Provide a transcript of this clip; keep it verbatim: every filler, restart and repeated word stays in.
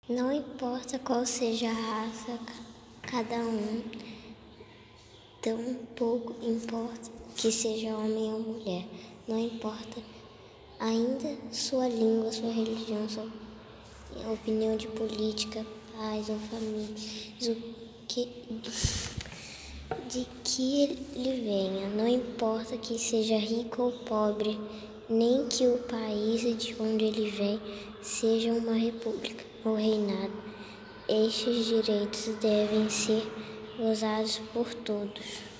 Não importa qual seja a raça, cada um, tão pouco importa que seja homem ou mulher. Não importa ainda sua língua, sua religião, sua opinião de política, pais ou famílias, o que, de que ele venha. Não importa que seja rico ou pobre, nem que o país de onde ele vem seja uma república ou reinado. Estes direitos devem ser gozados por todos.